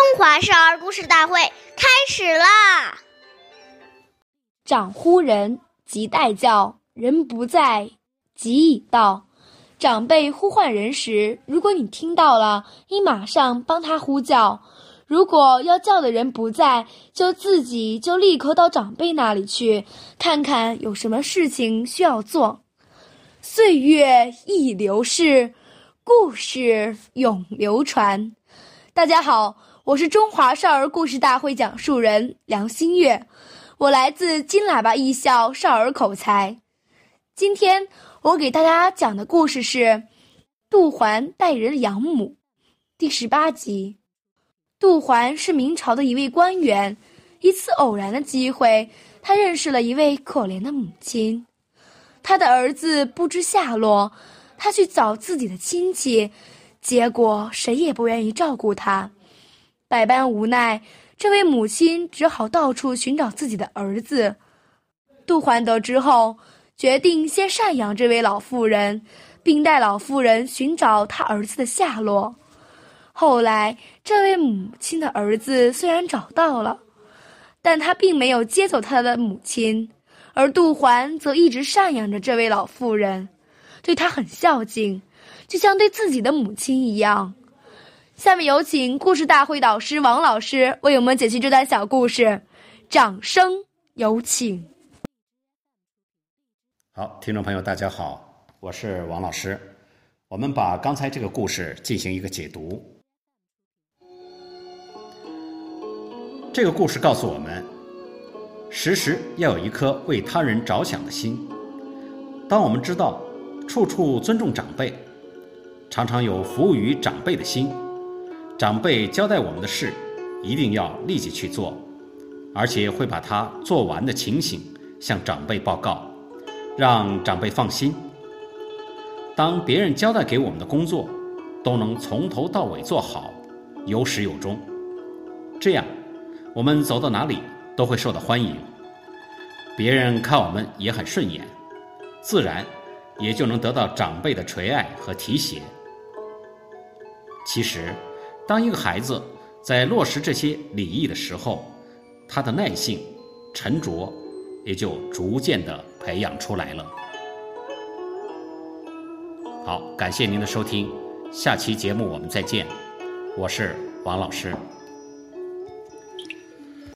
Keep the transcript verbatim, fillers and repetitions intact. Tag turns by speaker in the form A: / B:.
A: 华少儿故事大会开始啦！
B: 长呼人，即待叫，人不在，即已到。长辈呼唤人时，如果你听到了，应马上帮他呼叫；如果要叫的人不在，就自己就立刻到长辈那里去，看看有什么事情需要做。岁月易流逝，故事永流传。大家好，我是中华少儿故事大会讲述人梁新月，我来自金喇叭艺校少儿口才。今天我给大家讲的故事是杜环带人养母第十八集。杜环是明朝的一位官员，一次偶然的机会，他认识了一位可怜的母亲。他的儿子不知下落，他去找自己的亲戚，结果谁也不愿意照顾他。百般无奈，这位母亲只好到处寻找自己的儿子。杜环得知后，决定先赡养这位老妇人，并带老妇人寻找他儿子的下落。后来，这位母亲的儿子虽然找到了，但他并没有接走他的母亲，而杜环则一直赡养着这位老妇人，对她很孝敬，就像对自己的母亲一样。下面有请故事大会导师王老师为我们解析这段小故事，掌声有请。
C: 好，听众朋友大家好，我是王老师。我们把刚才这个故事进行一个解读。这个故事告诉我们，时时要有一颗为他人着想的心。当我们知道处处尊重长辈，常常有服务于长辈的心，长辈交代我们的事一定要立即去做，而且会把它做完的情形向长辈报告，让长辈放心。当别人交代给我们的工作都能从头到尾做好，有始有终，这样我们走到哪里都会受到欢迎，别人看我们也很顺眼，自然也就能得到长辈的垂爱和提携。其实当一个孩子在落实这些礼仪的时候，他的耐性沉着也就逐渐地培养出来了。好，感谢您的收听，下期节目我们再见，我是王老师。